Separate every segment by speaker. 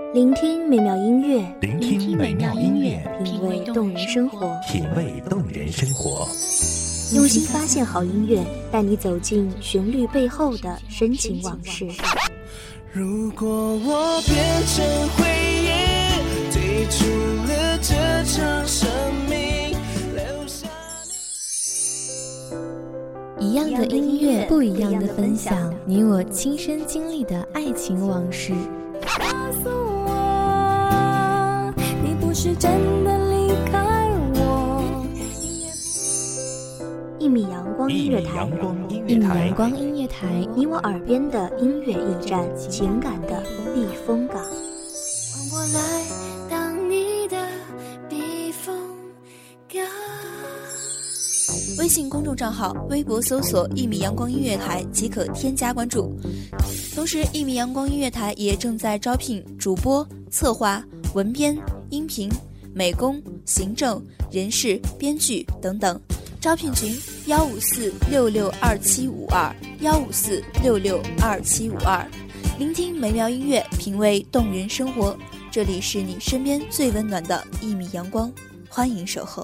Speaker 1: 聆听美妙音乐，
Speaker 2: 品味动人生活，
Speaker 1: 用心发现好音乐，带你走进旋律背后的深情往事。
Speaker 3: 如果我变成回忆，退出了这场生命，留下
Speaker 2: 一样的音乐，不一样的分享，你我亲身经历的爱情往事。
Speaker 4: 告诉我，你不是真的离开我。
Speaker 1: 一米阳光音乐台，你我耳边的音乐驿站，情感的避风港。
Speaker 4: 让我来当你的避风港。
Speaker 2: 微信公众账号、微博搜索“一米阳光音乐台”即可添加关注。同时，一米阳光音乐台也正在招聘主播、策划、文编、音频、美工、行政、人事、编剧等等。招聘群154662752，154662752。聆听美妙音乐，品味动人生活。这里是你身边最温暖的一米阳光，欢迎守候。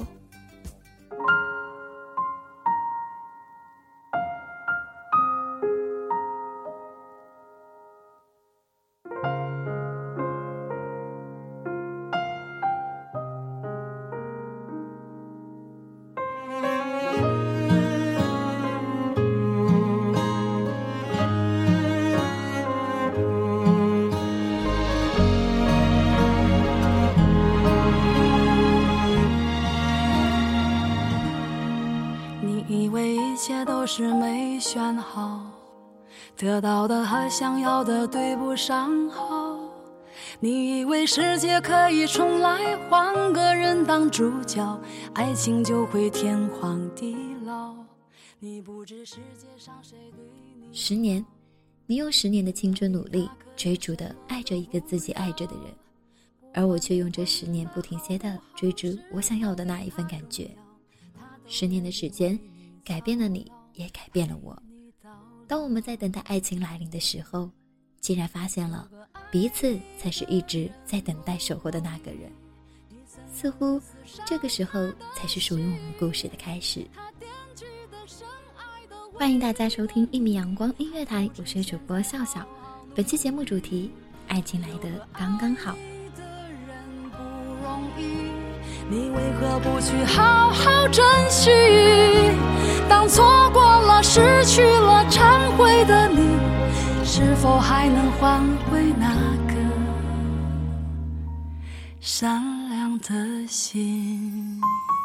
Speaker 4: 是没选好，得到的和想要的对不上号。你以为世界可以重来，换个人当主角，爱情就会天荒地老。你不知世界上谁对你
Speaker 2: 10年，你用10年的青春努力追逐的爱着一个自己爱着的人，而我却用这10年不停歇的追逐我想要的那一份感觉。10年的时间改变了你，也改变了我。当我们在等待爱情来临的时候，竟然发现了彼此才是一直在等待守候的那个人。似乎这个时候才是属于我们故事的开始。欢迎大家收听一米阳光音乐台，我是主播笑笑。本期节目主题：爱情来得刚刚好。
Speaker 4: 你为何不去好好珍惜？当错过了、失去了、忏悔的你，是否还能换回那个善良的心？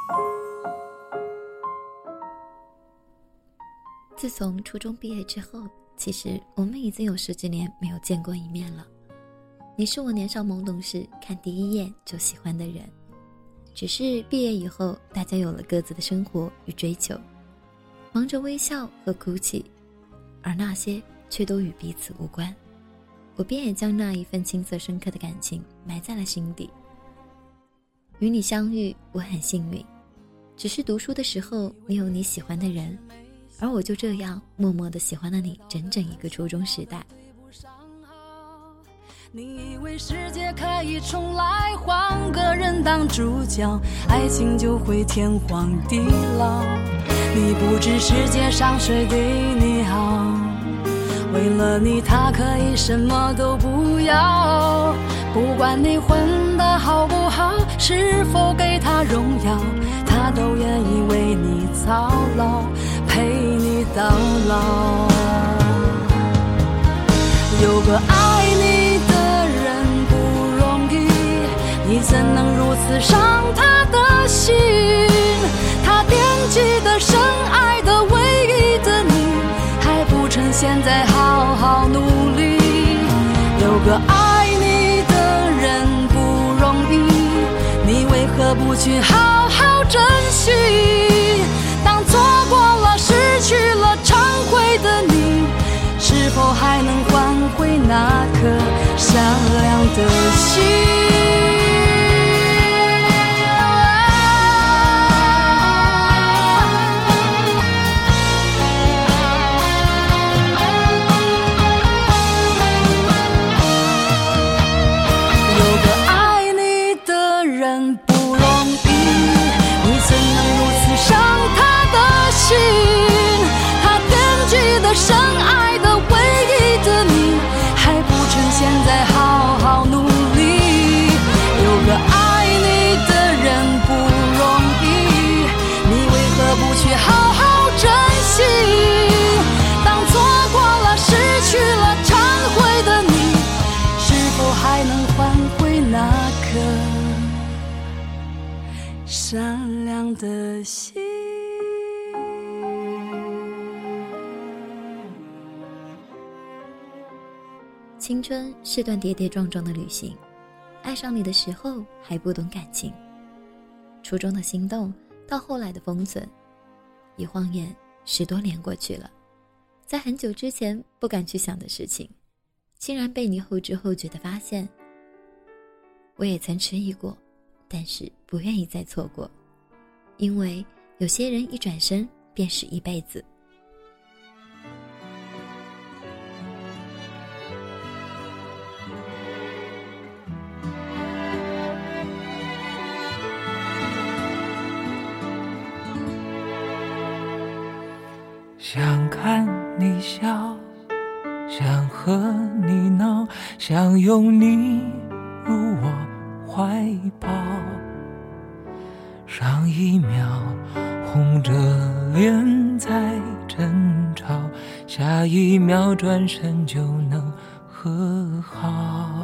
Speaker 2: 自从初中毕业之后，其实我们已经有10几年没有见过一面了。你是我年少懵懂时看第一眼就喜欢的人，只是毕业以后，大家有了各自的生活与追求，忙着微笑和哭泣，而那些却都与彼此无关。我便也将那一份青涩深刻的感情埋在了心底。与你相遇，我很幸运，只是读书的时候你有你喜欢的人，而我就这样默默地喜欢了你整整一个初中时代。
Speaker 4: 你以为世界可以重来，换个人当主角，爱情就会天荒地老。你不知世界上谁对你好，为了你他可以什么都不要。不管你混得好不好，是否给他荣耀，他都愿意为你操劳，陪你到老。有个爱你的人不容易，你怎能如此伤他的心？他惦记的、深爱的、唯一的你，还不趁现在好好努力。有个爱你的人不容易，你为何不去好好珍惜？当错过了、失去了、忏悔的你，是否还能换回那颗善良的心？ 善良的心。
Speaker 2: 青春是段跌跌撞撞的旅行，爱上你的时候还不懂感情，初中的心动到后来的封存，一晃眼10多年过去了，在很久之前不敢去想的事情，竟然被你后知后觉地发现。我也曾迟疑过，但是不愿意再错过，因为有些人一转身便是一辈子。
Speaker 3: 想看你笑，想和你闹，想拥你入我怀抱，上一秒红着脸在争吵，下一秒转身就能和好。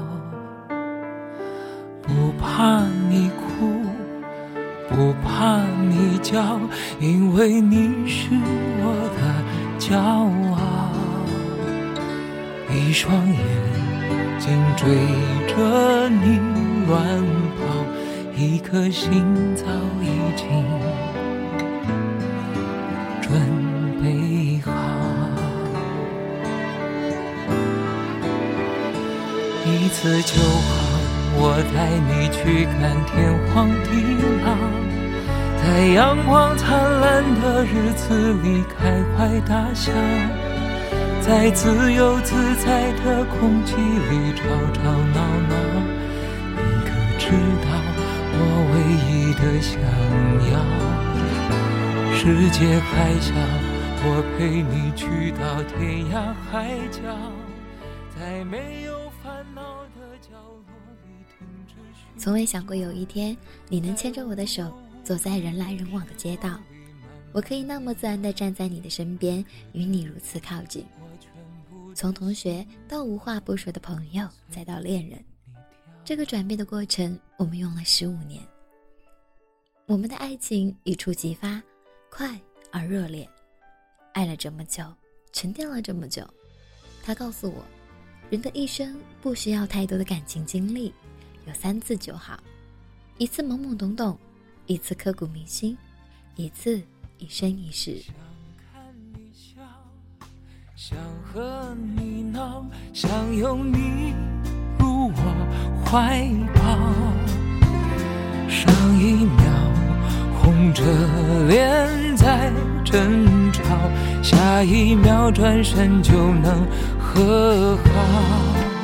Speaker 3: 不怕你哭，不怕你叫，因为你是我的骄傲。一双眼睛追着你乱跑，一颗心早已经准备好。一次就好，我带你去看天荒地老，在阳光灿烂的日子里开怀大笑，在自由自在的空气里吵吵闹闹。你可知道我唯一的想要，世界还小，我陪你去到天涯海角，在没有烦恼的角落里停止许愿。
Speaker 2: 从未想过有一天你能牵着我的手走在人来人往的街道，我可以那么自然地站在你的身边，与你如此靠近。从同学到无话不说的朋友，再到恋人，这个转变的过程我们用了15年。我们的爱情一触即发，快而热烈，爱了这么久，沉淀了这么久。他告诉我，人的一生不需要太多的感情经历，有3次就好，一次懵懵懂懂，一次刻骨铭心，一次一生一世。
Speaker 3: 想和你闹，想拥你入我怀抱，上一秒红着脸在争吵，下一秒转身就能和好。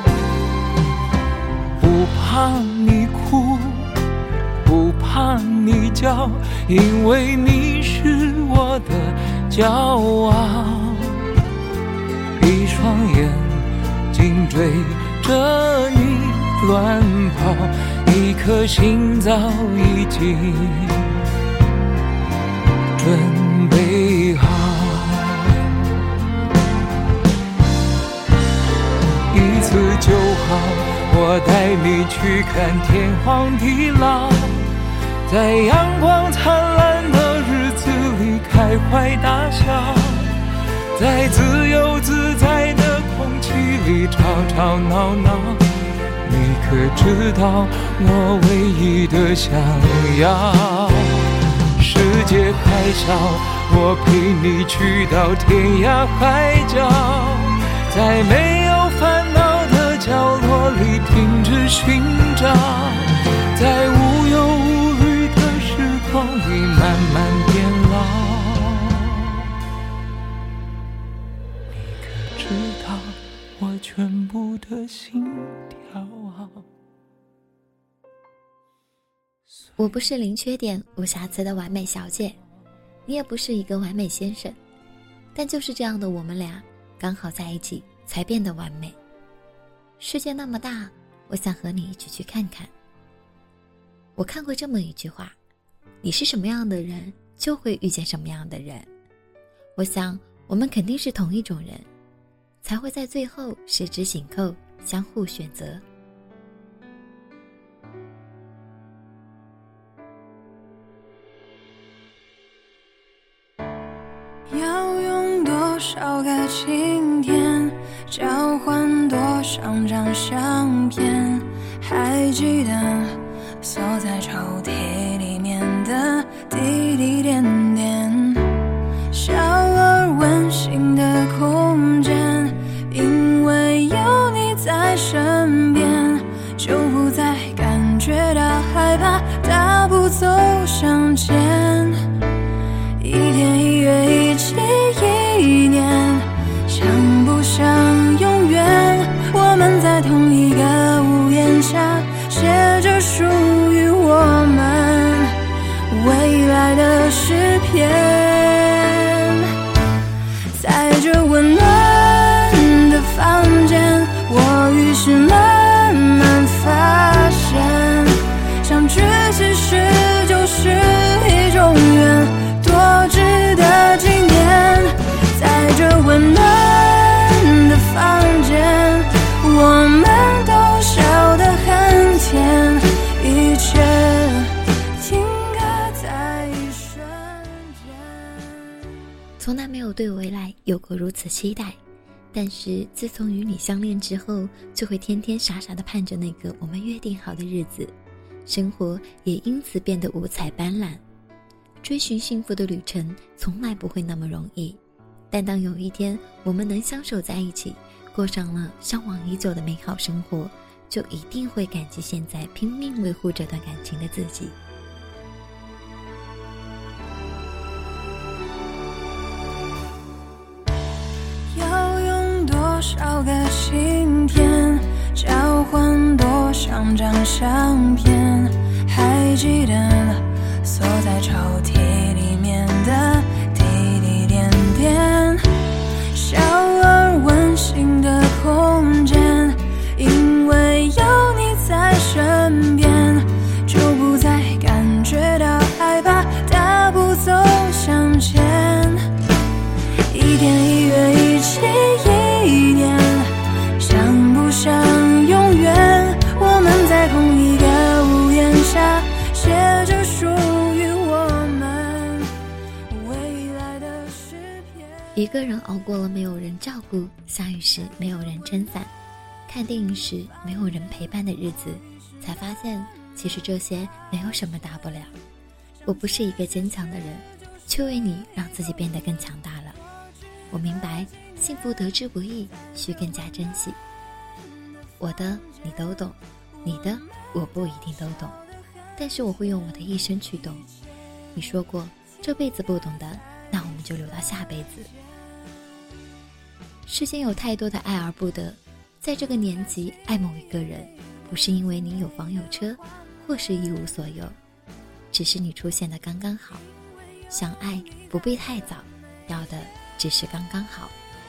Speaker 3: 不怕你哭，不怕你叫，因为你是我的骄傲。一双眼睛追着你乱跑，一颗心早已经准备好。一次就好，我带你去看天荒地老，在阳光灿烂的日子里开怀大笑，在自由自在的空气里吵吵闹闹。你可知道我唯一的想要，世界还小，我陪你去到天涯海角，在没有烦恼的角落里停止寻找，在无忧无虑的时光里慢慢变老。知道我全部的心跳啊。
Speaker 2: 我不是零缺点无瑕疵的完美小姐，你也不是一个完美先生，但就是这样的我们俩刚好在一起才变得完美。世界那么大，我想和你一起去看看。我看过这么一句话，你是什么样的人就会遇见什么样的人。我想我们肯定是同一种人，才会在最后十指紧扣，相互选择。
Speaker 4: 2张相片，还记得锁在抽屉里面的滴滴点点，小而温馨的空间，因为有你在身边，就不再感觉到害怕，大步走向前。一天一月一期一年，想不想永远我们在同一个屋檐下，写着属于我们未来的诗篇。在这温暖的房间，我于是慢慢发现，相聚其实就是一种缘，多值得纪念。在这温暖的房间，我们都笑得很甜，一切停格在一瞬间。
Speaker 2: 从来没有对未来有过如此期待，但是自从与你相恋之后，就会天天傻傻地盼着那个我们约定好的日子，生活也因此变得五彩斑斓。追寻幸福的旅程从来不会那么容易，但当有一天我们能相守在一起，过上了向往已久的美好生活，就一定会感激现在拼命维护这段感情的自己。
Speaker 4: 要用多少个晴天，交换多少张相片，还记得锁在抽屉里面的滴滴点点，小而温馨的空间，因为有你在身边，就不再感觉到害怕，大步走向前。一天一月一期一年，想不想永远我们在同一个屋檐下，写着属于我们未来的诗篇。
Speaker 2: 一个人熬过了没有人照顾，下雨时没有人撑伞，看电影时没有人陪伴的日子，才发现其实这些没有什么大不了。我不是一个坚强的人，却为你让自己变得更强大了。我明白幸福得之不易，需更加珍惜。我的你都懂，你的我不一定都懂，但是我会用我的一生去懂。你说过这辈子不懂的，那我们就留到下辈子。世间有太多的爱而不得，在这个年纪爱某一个人，不是因为你有房有车，或是一无所有，只是你出现的刚刚好。想爱不必太早，要的只是刚刚好。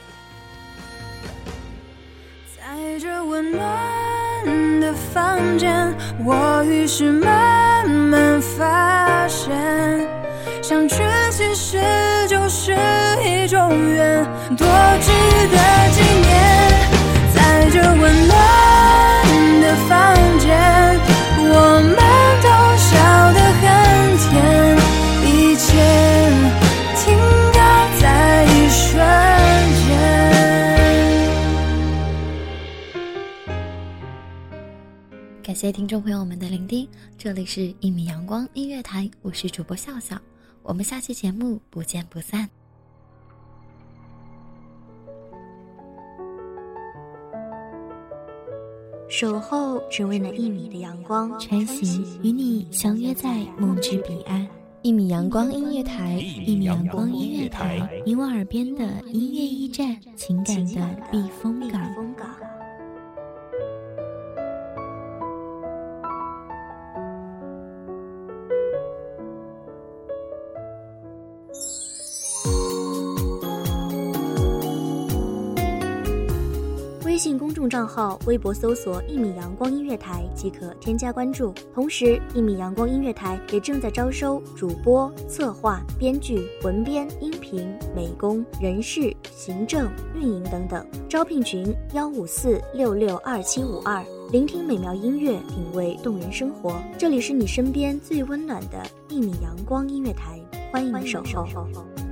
Speaker 4: 在这温暖的房间，我于是慢慢发现，相聚其实就是一种缘，多值得纪念。在这温暖的房间，我们都笑得很甜，一切停格在一瞬间。
Speaker 2: 感谢听众朋友们的聆听，这里是1米阳光音乐台，我是主播笑笑，我们下期节目不见不散。
Speaker 1: 守候只为那1米的阳光，
Speaker 5: 穿行与你相约在梦之彼岸。1米阳光音乐台，1米阳光音乐台，你我耳边的音乐驿站，情感的避风港。
Speaker 1: 微信公众账号、微博搜索1米阳光音乐台即可添加关注。同时，1米阳光音乐台也正在招收主播、策划、编剧、文编、音频、美工、人事、行政、运营等等。招聘群154662752。聆听美妙音乐，品味动人生活。这里是你身边最温暖的1米阳光音乐台，欢迎守候。